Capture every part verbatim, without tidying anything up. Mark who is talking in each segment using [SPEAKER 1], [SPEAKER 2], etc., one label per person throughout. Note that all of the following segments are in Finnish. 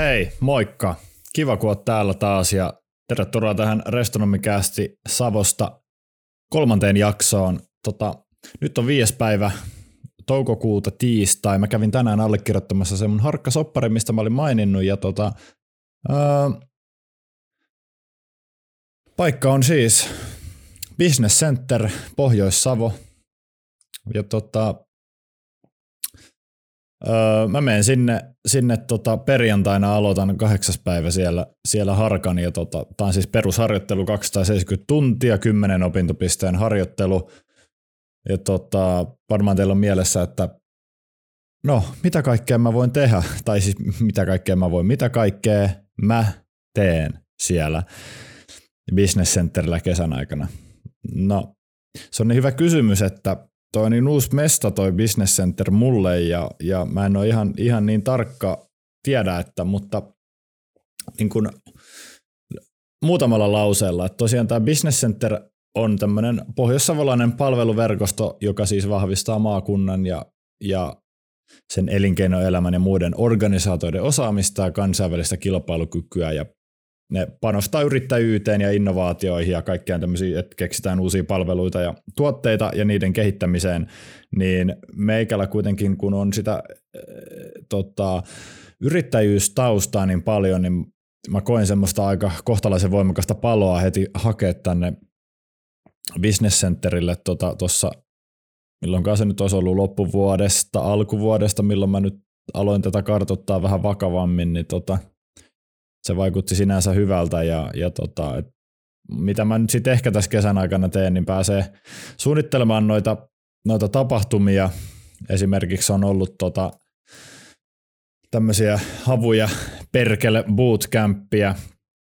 [SPEAKER 1] Hei, moikka. Kiva, kun oot täällä taas ja tervetuloa tähän Restonomikästi Savosta kolmanteen jaksoon. Tota, nyt on viides päivä toukokuuta tiistai. Mä kävin tänään allekirjoittamassa sen mun harkkasoppari, mistä mä olin maininnut. Ja tota, ää, paikka on siis Business Center, Pohjois-Savo. Ja tota, Öö, mä menen sinne, sinne tota perjantaina, aloitan kahdeksas päivä siellä, siellä harkan ja tota, tää on siis perusharjoittelu kaksisataaseitsemänkymmentä tuntia, kymmenen opintopisteen harjoittelu ja tota, varmaan teillä on mielessä, että no mitä kaikkea mä voin tehdä tai siis mitä kaikkea mä voin, mitä kaikkea mä teen siellä Business Centerillä kesän aikana. No se on niin hyvä kysymys, että toi on niin uusi mesta toi Business Center mulle ja, ja mä en ole ihan, ihan niin tarkka tiedä, että, mutta niin kun, muutamalla lauseella, että tosiaan tämä Business Center on tämmöinen pohjoissavolainen palveluverkosto, joka siis vahvistaa maakunnan ja, ja sen elinkeinoelämän ja muiden organisaatioiden osaamista ja kansainvälistä kilpailukykyä ja ne panostaa yrittäjyyteen ja innovaatioihin ja kaikkeen tämmöisiä, että keksitään uusia palveluita ja tuotteita ja niiden kehittämiseen, niin meikällä kuitenkin, kun on sitä äh, tota, yrittäjyystaustaa niin paljon, niin mä koen semmoista aika kohtalaisen voimakasta paloa heti hakea tänne Business Centerille tuossa, tota, milloinkaan se nyt olisi ollut loppuvuodesta, alkuvuodesta, milloin mä nyt aloin tätä kartoittaa vähän vakavammin, niin tota, se vaikutti sinänsä hyvältä ja, ja tota, et mitä mä nyt sitten ehkä tässä kesän aikana teen, niin pääsee suunnittelemaan noita, noita tapahtumia. Esimerkiksi on ollut tota, tämmöisiä havuja perkele bootcampia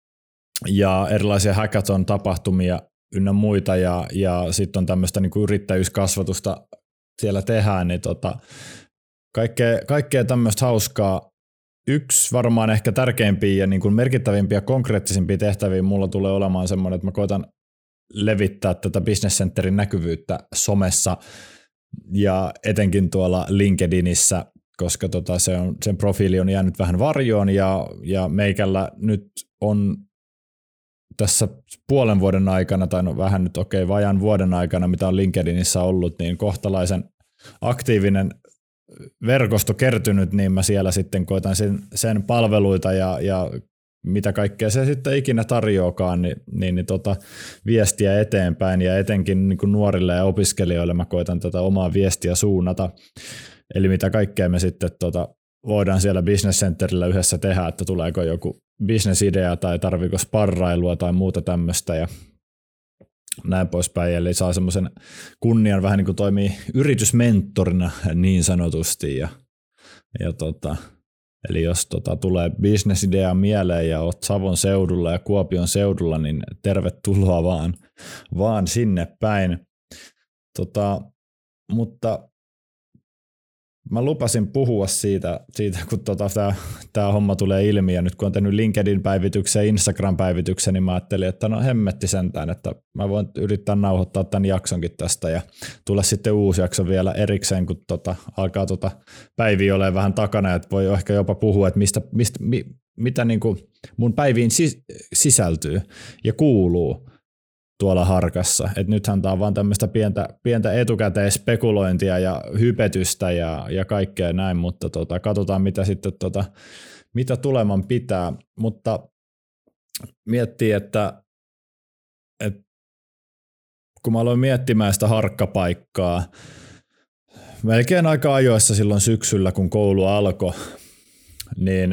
[SPEAKER 1] ja erilaisia hackathon-tapahtumia ynnä muita ja, ja sitten on tämmöistä niinku yrittäjyyskasvatusta siellä tehdään, niin tota, kaikkea, kaikkea tämmöistä hauskaa. Yksi varmaan ehkä tärkeimpiä ja niin kuin merkittävimpiä konkreettisimpia tehtäviä mulla tulee olemaan semmoinen, että mä koitan levittää tätä Business Centerin näkyvyyttä somessa ja etenkin tuolla LinkedInissä, koska tota se on, sen profiili on jäänyt vähän varjoon ja, ja meikällä nyt on tässä puolen vuoden aikana, tai no vähän nyt okei, okay, vajaan vuoden aikana, mitä on LinkedInissä ollut, niin kohtalaisen aktiivinen verkosto kertynyt, niin mä siellä sitten koitan sen, sen palveluita ja, ja mitä kaikkea se sitten ikinä tarjoakaan, niin, niin, niin tota, viestiä eteenpäin ja etenkin niin kuin nuorille ja opiskelijoille mä koitan tätä omaa viestiä suunnata. Eli mitä kaikkea me sitten tota, voidaan siellä Business Centerillä yhdessä tehdä, että tuleeko joku business-idea tai tarviiko sparrailua tai muuta tämmöistä ja näin poispäin, eli saa semmoisen kunnian vähän niin kuin toimii yritysmentorina niin sanotusti. Ja, ja tota, eli jos tota, tulee bisnesidea mieleen ja oot Savon seudulla ja Kuopion seudulla, niin tervetuloa vaan, vaan sinne päin. Tota, mutta mä lupasin puhua siitä, siitä kun tota, tämä homma tulee ilmi ja nyt kun on tehnyt LinkedIn-päivityksen ja Instagram-päivityksen, niin mä ajattelin, että no hemmetti sentään, että mä voin yrittää nauhoittaa tämän jaksonkin tästä ja tulla sitten uusi jakso vielä erikseen, kun tota, alkaa tota päiviä olemaan vähän takana, että voi ehkä jopa puhua, että mistä, mistä, mi, mitä niin kuin mun päiviin sis, sisältyy ja kuuluu tuolla harkassa. Et nythän tämä on vaan tämmöistä pientä, pientä etukäteen spekulointia ja hypetystä ja, ja kaikkea näin, mutta tota, katsotaan mitä sitten tota, mitä tuleman pitää. Mutta miettii, että, että kun mä aloin miettimään sitä harkkapaikkaa, melkein aika ajoissa silloin syksyllä, kun koulu alkoi, niin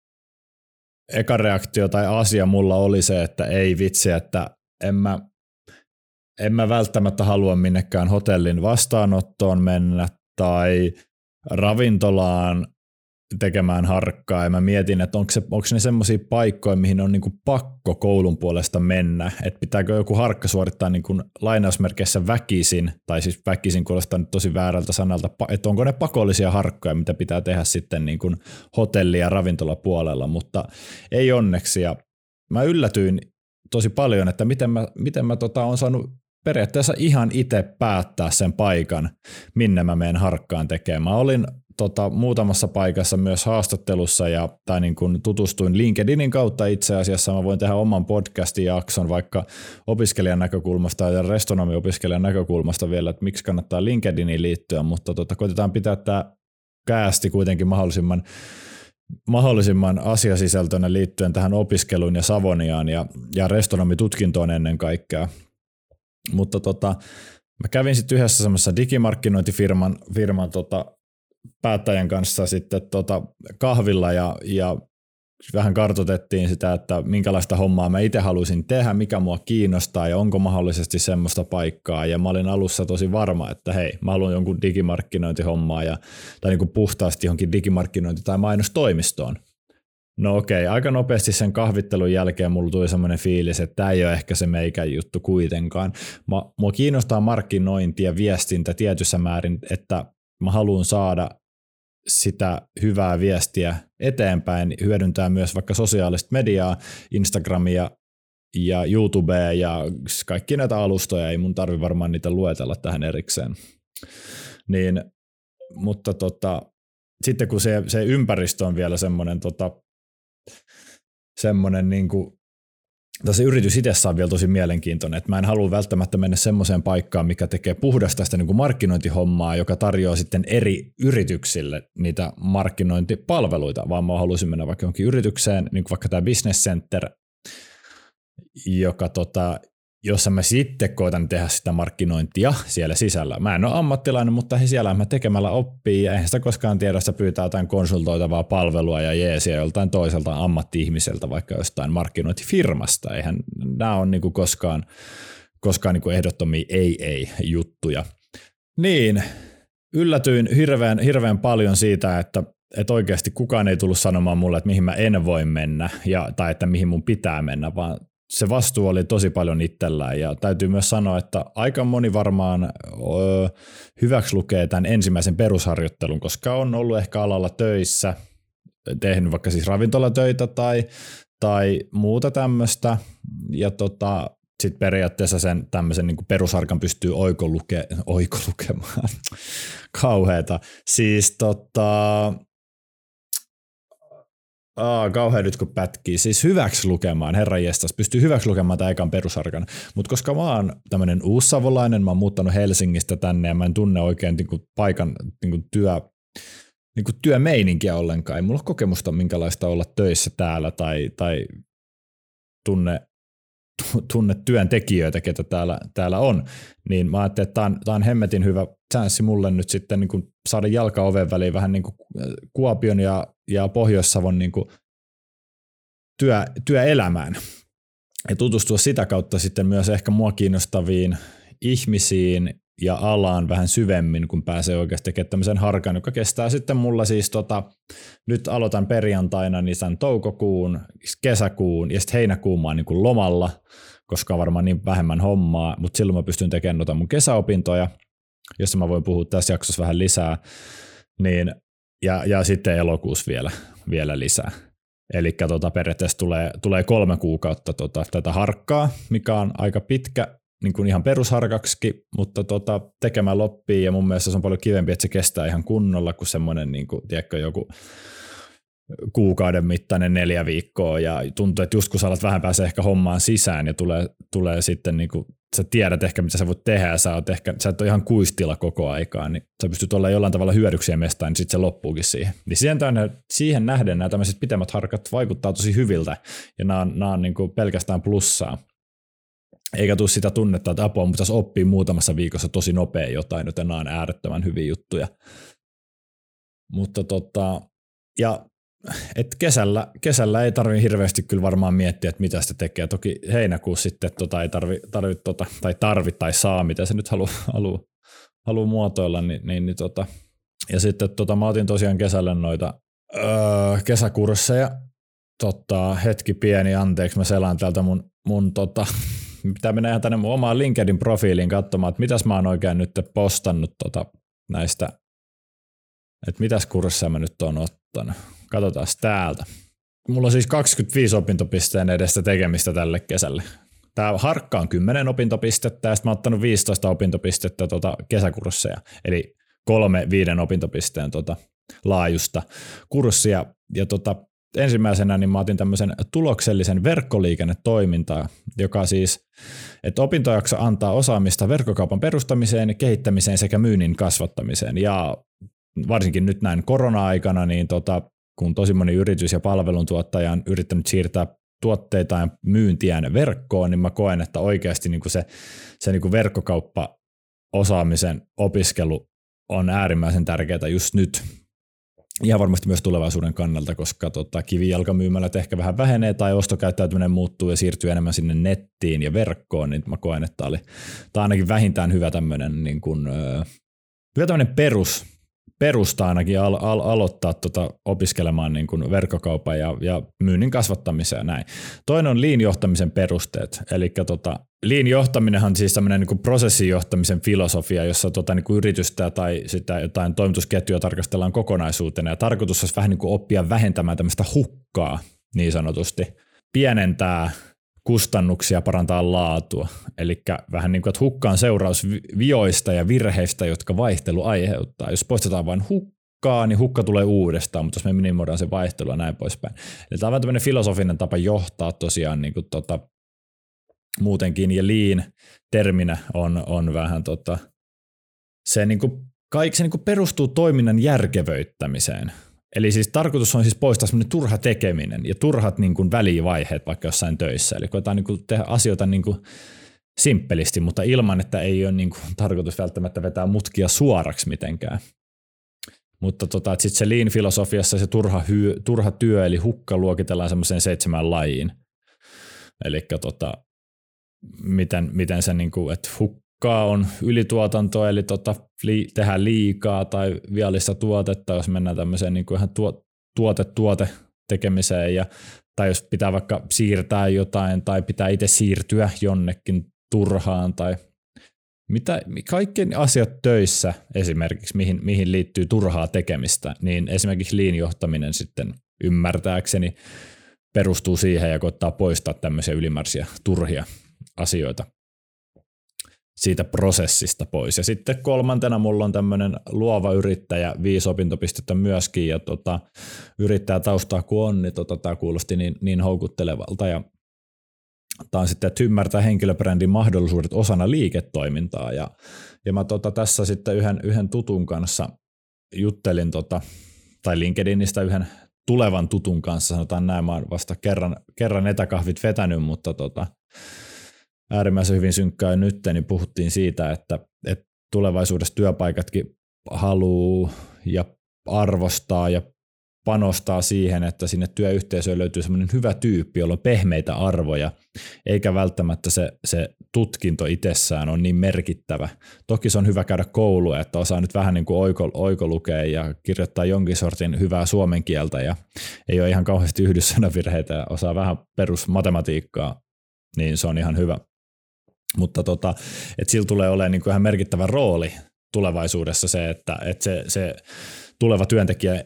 [SPEAKER 1] eka reaktio tai asia mulla oli se, että ei vitsi, että en mä En mä välttämättä halua minnekään hotellin vastaanottoon mennä tai ravintolaan tekemään harkkaa. Ja mä mietin, että onko, se, onko ne semmoisia paikkoja, mihin on niinku pakko koulun puolesta mennä. Että pitääkö joku harkka suorittaa niinku lainausmerkeissä väkisin, tai siis väkisin kuulostaa nyt tosi väärältä sanalta, että onko ne pakollisia harkkoja, mitä pitää tehdä sitten niinku hotelli- ja ravintolapuolella, mutta ei onneksi. Ja mä yllätyin tosi paljon, että miten mä, miten mä tota, on saanut periaatteessa ihan itse päättää sen paikan, minne mä menen harkkaan tekemään. Mä olin tota, muutamassa paikassa myös haastattelussa ja, tai niin kuin tutustuin LinkedInin kautta itse asiassa. Mä voin tehdä oman podcastin jakson vaikka opiskelijan näkökulmasta ja restonomiopiskelijan näkökulmasta vielä, että miksi kannattaa LinkedIniin liittyä, mutta tota, koitetaan pitää tämä käästi kuitenkin mahdollisimman, mahdollisimman asiasisältöinen liittyen tähän opiskeluun ja Savoniaan ja, ja restonomitutkintoon ennen kaikkea. Mutta tota, mä kävin sitten yhdessä semmoisessa digimarkkinointifirman firman, tota, päättäjän kanssa sitten tota, kahvilla ja, ja vähän kartoitettiin sitä, että minkälaista hommaa mä itse haluaisin tehdä, mikä mua kiinnostaa ja onko mahdollisesti semmoista paikkaa. Ja mä olin alussa tosi varma, että hei, mä haluan jonkun digimarkkinointihommaa ja, tai niin kuin puhtaasti johonkin digimarkkinointi- tai mainostoimistoon. No okei, aika nopeasti sen kahvittelun jälkeen mulla tuli semmoinen fiilis, että tämä ei ole ehkä se meikän juttu kuitenkaan. Mä, mua kiinnostaa markkinointi ja viestintä tietyssä määrin, että mä haluan saada sitä hyvää viestiä eteenpäin, hyödyntää myös vaikka sosiaalista mediaa, Instagramia ja YouTubea ja kaikki näitä alustoja, ei mun tarvi varmaan niitä luetella tähän erikseen. Niin, mutta tota, sitten kun se, se ympäristö on vielä semmoinen, tota, semmoinen niin kuin, se yritys itsessään on vielä tosi mielenkiintoinen, että mä en halua välttämättä mennä semmoiseen paikkaan, mikä tekee puhdasta sitä niin kuin markkinointihommaa, joka tarjoaa sitten eri yrityksille niitä markkinointipalveluita, vaan mä haluaisin mennä vaikka johonkin yritykseen, niin kuin vaikka tämä Business Center, joka tota, jossa mä sitten koitan tehdä sitä markkinointia siellä sisällä. Mä en ole ammattilainen, mutta he siellä mä tekemällä oppii ja eihän sitä koskaan tiedä, sitä pyytää jotain konsultoitavaa palvelua ja jeesiä joltain toiselta ammatti-ihmiseltä, vaikka jostain markkinointifirmasta. Eihän nämä ole niinku koskaan, koskaan niinku ehdottomia ei-ei-juttuja. Niin, yllätyin hirveän, hirveän paljon siitä, että että oikeasti kukaan ei tullut sanomaan mulle, että mihin mä en voi mennä ja, tai että mihin mun pitää mennä, vaan se vastuu oli tosi paljon itsellään ja täytyy myös sanoa, että aika moni varmaan öö, hyväksi lukee tämän ensimmäisen perusharjoittelun, koska on ollut ehkä alalla töissä, tehnyt vaikka siis ravintolatöitä tai, tai muuta tämmöistä ja tota, sitten periaatteessa sen tämmöisen niin kuin perusharkan pystyy oikoluke, oikolukemaan, kauheeta. Siis tota... Aa, kauhean nyt kun pätkii. Siis hyväksi lukemaan, herran jestas, pystyy hyväksi lukemaan tämän ekan perusarkan. Mutta koska mä oon tämmönen uussavolainen, mä oon muuttanut Helsingistä tänne ja mä en tunne oikein niinku paikan niinku työ, niinku työmeininkiä ollenkaan. Ei mulla ole kokemusta minkälaista olla töissä täällä tai, tai tunne, tunne työntekijöitä, ketä täällä, täällä on. Niin mä ajattelin, että tää on, tää on hemmetin hyvä chanssi mulle nyt sitten niinku saada jalka oven väliin vähän niin kuin Kuopion ja, ja Pohjois-Savon niin kuin työ, työelämään ja tutustua sitä kautta sitten myös ehkä mua kiinnostaviin ihmisiin ja alaan vähän syvemmin, kun pääsee oikeasti tekemään tämmöisen harkan, joka kestää sitten mulla siis tota, nyt aloitan perjantaina niin sen toukokuun, kesäkuun ja sitten heinäkuun mä oon niin kuin lomalla, koska on varmaan niin vähemmän hommaa, mutta silloin mä pystyn tekemään noita mun kesäopintoja, josta mä voin puhua tässä jaksossa vähän lisää, niin, ja, ja sitten elokuussa vielä, vielä lisää. Eli tota, periaatteessa tulee, tulee kolme kuukautta tota, tätä harkkaa, mikä on aika pitkä, niin kuin ihan perusharkaksikin, mutta tota, tekemään loppii, ja mun mielestä se on paljon kivempi, että se kestää ihan kunnolla, kuin semmoinen, niin kuin, tiedätkö, joku kuukauden mittainen neljä viikkoa, ja tuntuu, että just kun sä alat vähän pääsee ehkä hommaan sisään, ja tulee, tulee sitten niin kuin, sä tiedät ehkä, mitä sä voit tehdä, ja sä, oot ehkä, sä et ole ihan kuistilla koko aikaa, niin sä pystyt olla jollain tavalla hyödyksiä mestaan, niin sitten se loppuukin siihen. Niin siihen, siihen nähden nämä tämmöiset pitemmät harkat vaikuttaa tosi hyviltä, ja nämä on, nämä on niin kuin pelkästään plussaa. Eikä tule sitä tunnetta, että apua, mutta oppii muutamassa viikossa tosi nopea jotain, joten nämä on äärettömän hyviä juttuja. Mutta tota, ja et kesällä, kesällä ei tarvitse hirveästi kyllä varmaan miettiä, että mitä sitä tekee. Toki heinäkuussa sitten tota, ei tarvitse, tarvi, tota, tai tarvitse tai saa, mitä se nyt haluaa halu, halu muotoilla. Niin, niin, niin, tota. Ja sitten tota, mä otin tosiaan kesällä noita öö, kesäkursseja. Tota, hetki pieni, anteeksi, mä selaan täältä mun, mun tota, pitää mennä ihan tänne mun omaan LinkedIn-profiiliin katsomaan, että mitäs mä oon oikein nyt postannut tota, näistä, että mitäs kursseja mä nyt oon ottanut. Katsotaan täältä. Mulla on siis kaksikymmentäviisi opintopisteen edestä tekemistä tälle kesälle. Tää harkka on kymmenen opintopistettä ja sitten mä oon ottanut viisitoista opintopistettä tota kesäkursseja. Eli kolme viiden opintopisteen tota laajusta kurssia. Ja tota, ensimmäisenä niin mä otin tämmöisen tuloksellisen verkkoliikennetoimintaa, joka siis, että opintojakso antaa osaamista verkkokaupan perustamiseen, kehittämiseen sekä myynnin kasvattamiseen. Ja varsinkin nyt näin korona-aikana, niin tota, kun tosi moni yritys ja palveluntuottaja on yrittänyt siirtää tuotteitaan myyntiään verkkoon, niin mä koen, että oikeasti niin kuin se, se niin kuin verkkokauppa-osaamisen opiskelu on äärimmäisen tärkeää just nyt. Ihan varmasti myös tulevaisuuden kannalta, koska tota, kivijalkamyymälät ehkä vähän vähenee tai ostokäyttäytyminen muuttuu ja siirtyy enemmän sinne nettiin ja verkkoon, niin mä koen, että tämä oli tämä ainakin vähintään hyvä tämmöinen, niin kuin, hyvä tämmöinen perus, perusta ainakin al- al- aloittaa tota opiskelemaan niin kuin verkkokaupan ja, ja myynnin kasvattamiseen ja näin. Toinen on lean-johtamisen perusteet, eli tota, lean-johtaminen on siis tämmöinen niin kuin prosessijohtamisen filosofia, jossa tota, niin kuin yritystä tai sitä jotain toimitusketjua tarkastellaan kokonaisuutena ja tarkoitus olisi vähän niin kuin oppia vähentämään tämmöistä hukkaa niin sanotusti, pienentää kustannuksia, parantaa laatua. Eli vähän niin kuin, että hukka on seuraus vioista ja virheistä, jotka vaihtelu aiheuttaa. Jos poistetaan vain hukkaa, niin hukka tulee uudestaan, mutta jos me minimoidaan se vaihtelu ja näin poispäin. Eli tämä on vähän tämmöinen filosofinen tapa johtaa tosiaan niin kuin tota, muutenkin, ja lean-terminä on, on vähän tota, se, niin kuin, kaikki se niin kuin perustuu toiminnan järkevöittämiseen. Eli siis tarkoitus on siis poistaa semmoinen turha tekeminen ja turhat niin kuin välivaiheet vaikka jossain töissä. Eli koetaan niin kuin tehdä asioita niin kuin simppelisti, mutta ilman, että ei ole niin kuin tarkoitus välttämättä vetää mutkia suoraksi mitenkään. Mutta tota, sitten se lean-filosofiassa se turha, hyö, turha työ eli hukka luokitellaan semmoiseen seitsemään lajiin. Eli tota, miten, miten se, niin kuin, että hukka on ylituotantoa, eli tota, li, tehdään liikaa tai viallista tuotetta, jos mennään tämmöiseen niin kuin ihan tuo, tuote-tuote tekemiseen, ja, tai jos pitää vaikka siirtää jotain tai pitää itse siirtyä jonnekin turhaan tai mitä, kaikki asiat töissä esimerkiksi, mihin, mihin liittyy turhaa tekemistä, niin esimerkiksi lean-johtaminen sitten ymmärtääkseni perustuu siihen ja koittaa poistaa tämmöisiä ylimääräisiä turhia asioita siitä prosessista pois. Ja sitten kolmantena mulla on tämmöinen luova yrittäjä, viisi opintopistettä myöskin, ja tota, yrittäjätaustaa kun on, niin tota, tämä kuulosti niin, niin houkuttelevalta. Ja tämä on sitten, että ymmärtää henkilöbrändin mahdollisuudet osana liiketoimintaa. Ja, ja mä tota, tässä sitten yhden, yhden tutun kanssa juttelin, tota, tai LinkedInistä yhden tulevan tutun kanssa, sanotaan näin, mä oon vasta kerran, kerran etäkahvit vetänyt, mutta tota, äärimmäisen hyvin synkkää nyt, niin puhuttiin siitä, että, että tulevaisuudessa työpaikatkin haluaa ja arvostaa ja panostaa siihen, että sinne työyhteisöön löytyy semmoinen hyvä tyyppi, jolla on pehmeitä arvoja, eikä välttämättä se, se tutkinto itsessään on niin merkittävä. Toki se on hyvä käydä koulua, että osaa nyt vähän niin kuin oiko, oikolukea ja kirjoittaa jonkin sortin hyvää suomen kieltä ja ei ole ihan kauheasti yhdyssanavirheitä ja osaa vähän perusmatematiikkaa, niin se on ihan hyvä. Mutta tota, että sillä tulee olemaan niin kuin ihan merkittävä rooli tulevaisuudessa se, että, että se, se tuleva työntekijä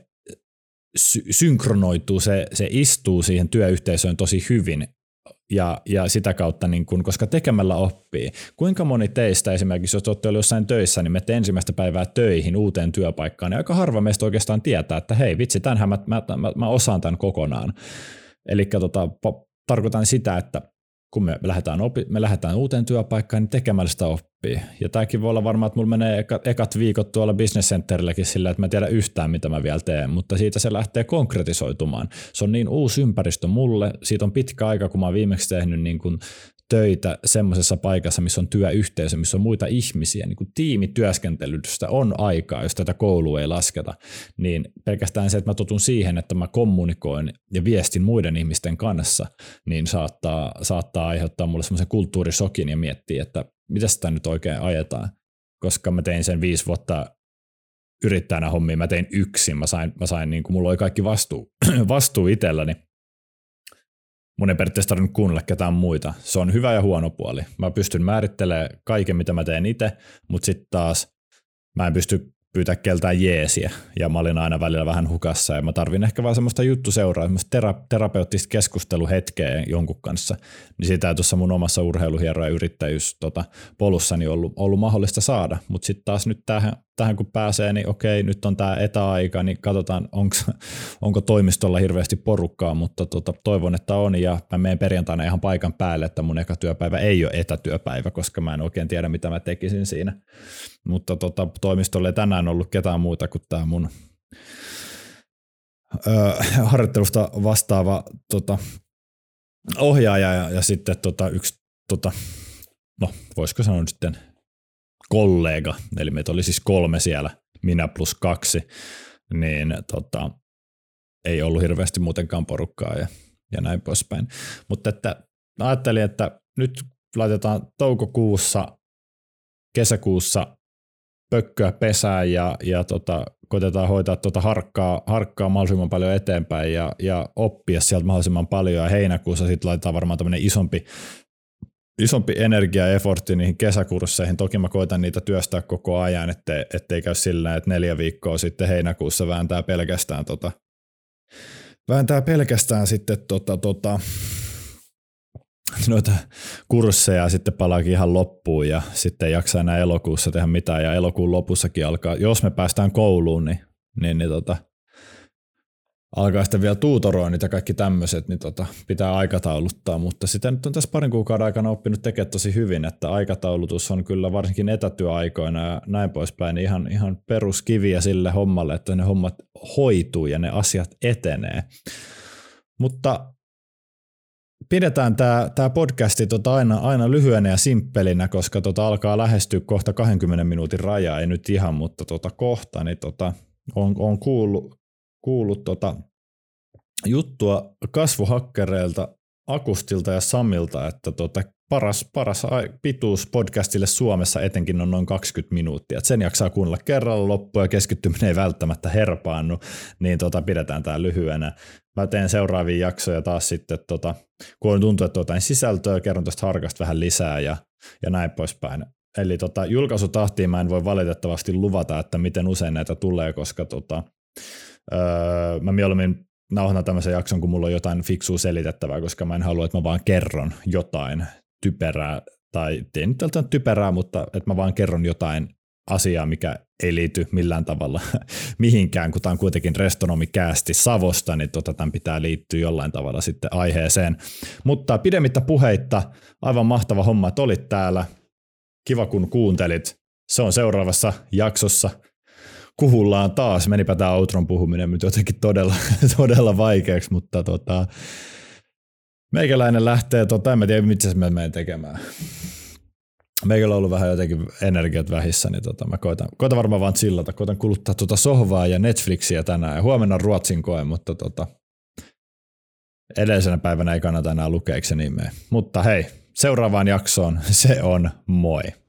[SPEAKER 1] sy- synkronoituu, se, se istuu siihen työyhteisöön tosi hyvin ja, ja sitä kautta, niin kun, koska tekemällä oppii. Kuinka moni teistä esimerkiksi, jos olette olleet jossain töissä, niin menette ensimmäistä päivää töihin uuteen työpaikkaan, niin aika harva meistä oikeastaan tietää, että hei vitsi, tämänhän mä, mä, mä, mä osaan tämän kokonaan. Eli tota, tarkoitan sitä, että kun me lähdetään, opi- me lähdetään uuteen työpaikkaan, niin tekemällä sitä oppii. Ja tämäkin voi olla varmaan, että mulla menee ekat, ekat viikot tuolla Business Centerilläkin sillä, että mä en tiedä yhtään, mitä mä vielä teen, mutta siitä se lähtee konkretisoitumaan. Se on niin uusi ympäristö mulle, siitä on pitkä aika, kun mä oon viimeksi tehnyt niin kuin töitä semmoisessa paikassa, missä on työyhteisö, missä on muita ihmisiä, niin kuin tiimityöskentelystä on aikaa, jos tätä koulua ei lasketa, niin pelkästään se, että mä totun siihen, että mä kommunikoin ja viestin muiden ihmisten kanssa, niin saattaa, saattaa aiheuttaa mulle semmoisen kulttuurisokin ja miettiä, että mitä sitä nyt oikein ajetaan, koska mä tein sen viisi vuotta yrittäjänä hommia, mä tein yksin, mä sain, mä sain niin kuin mulla oli kaikki vastuu, vastuu itselläni. Mun ei periaatteessa tarvinnut kuunnella ketään muita. Se on hyvä ja huono puoli. Mä pystyn määrittelemään kaiken, mitä mä teen itse, mutta sitten taas mä en pysty pyytää keltään jeesiä. Ja mä olin aina välillä vähän hukassa ja mä tarvin ehkä vaan semmoista juttuseuraa, semmoista tera- terapeuttista keskusteluhetkeä jonkun kanssa. Niin sitä ei tuossa mun omassa urheiluhiero- ja yrittäjyys tota, polussani ollut, ollut mahdollista saada. Mutta sitten taas nyt tämähän tähän kun pääsee, niin okei, nyt on tämä etäaika, niin katsotaan, onko, onko toimistolla hirveästi porukkaa, mutta tota, toivon, että on, ja mä menen perjantaina ihan paikan päälle, että mun eka työpäivä ei ole etätyöpäivä, koska mä en oikein tiedä, mitä mä tekisin siinä. Mutta tota, toimistolla ei tänään ollut ketään muuta kuin tämä mun öö, harjoittelusta vastaava tota, ohjaaja ja, ja sitten tota, yksi, tota, no voisiko sanoa sitten kollega, eli meitä oli siis kolme siellä, minä plus kaksi, niin tota, ei ollut hirveästi muutenkaan porukkaa ja, ja näin poispäin. Mutta että ajattelin, että nyt laitetaan toukokuussa, kesäkuussa pökköä pesään ja, ja tota, koitetaan hoitaa tuota harkkaa, harkkaa mahdollisimman paljon eteenpäin ja, ja oppia sieltä mahdollisimman paljon, ja heinäkuussa sitten laitetaan varmaan tämmöinen isompi isompi energia ja effortti niihin kesäkursseihin. Toki mä koitan niitä työstää koko ajan, ettei, ettei käy sillä, että neljä viikkoa sitten heinäkuussa vääntää pelkästään, tota, vääntää pelkästään sitten tota, tota, noita kursseja ja sitten palaakin ihan loppuun ja sitten ei jaksa enää elokuussa tehdä mitään ja elokuun lopussakin alkaa, jos me päästään kouluun, niin, niin, niin tota, alkaa sitten vielä tuutoroinnit ja kaikki tämmöiset, niin tota, pitää aikatauluttaa, mutta sitä nyt on tässä parin kuukauden aikana oppinut tekemään tosi hyvin, että aikataulutus on kyllä varsinkin etätyöaikoina ja näin poispäin niin ihan, ihan peruskiviä sille hommalle, että ne hommat hoituu ja ne asiat etenee. Mutta pidetään tämä tää podcasti tota aina, aina lyhyenä ja simppelinä, koska tota alkaa lähestyä kohta kahdenkymmenen minuutin rajaa, ei nyt ihan, mutta tota kohta, niin tota, on, on kuullut, kuullut tota juttua kasvuhakkereilta, Akustilta ja Samilta, että tota paras, paras pituus podcastille Suomessa etenkin on noin kaksikymmentä minuuttia. Et sen jaksaa kuunnella kerralla loppuun ja keskittyminen ei välttämättä herpaannu, niin tota pidetään tämä lyhyenä. Mä teen seuraavia jaksoja taas sitten, tota, kun on tuntuu, että jotain sisältöä, kerron tuosta harkasta vähän lisää ja, ja näin poispäin. Eli tota, julkaisutahtiin mä en voi valitettavasti luvata, että miten usein näitä tulee, koska tota, öö, mä mieluummin nauhoitan tämmöisen jakson, kun mulla on jotain fiksua selitettävää, koska mä en halua, että mä vaan kerron jotain typerää, tai ei nyt tältä typerää, mutta että mä vaan kerron jotain asiaa, mikä ei liity millään tavalla mihinkään, kun tämä on kuitenkin Restonomikäästi Savosta, niin tota, tämän pitää liittyä jollain tavalla sitten aiheeseen. Mutta pidemmittä puheitta, aivan mahtava homma, että olit täällä. Kiva, kun kuuntelit. Se on seuraavassa jaksossa. Kuhullaan taas. Menipä tämä outron puhuminen nyt jotenkin todella, todella vaikeaksi, mutta tota, meikäläinen lähtee, tota, en mä tiedä, mitä mä menen tekemään. Meikällä on ollut vähän jotenkin energiat vähissä, niin tota, mä koitan, koitan varmaan vaan chillata, koitan kuluttaa tuota sohvaa ja Netflixiä tänään. Ja huomenna on Ruotsin koe, mutta tota, edellisenä päivänä ei kannata enää lukea, eikö se niin mene. Mutta hei, seuraavaan jaksoon, se on moi.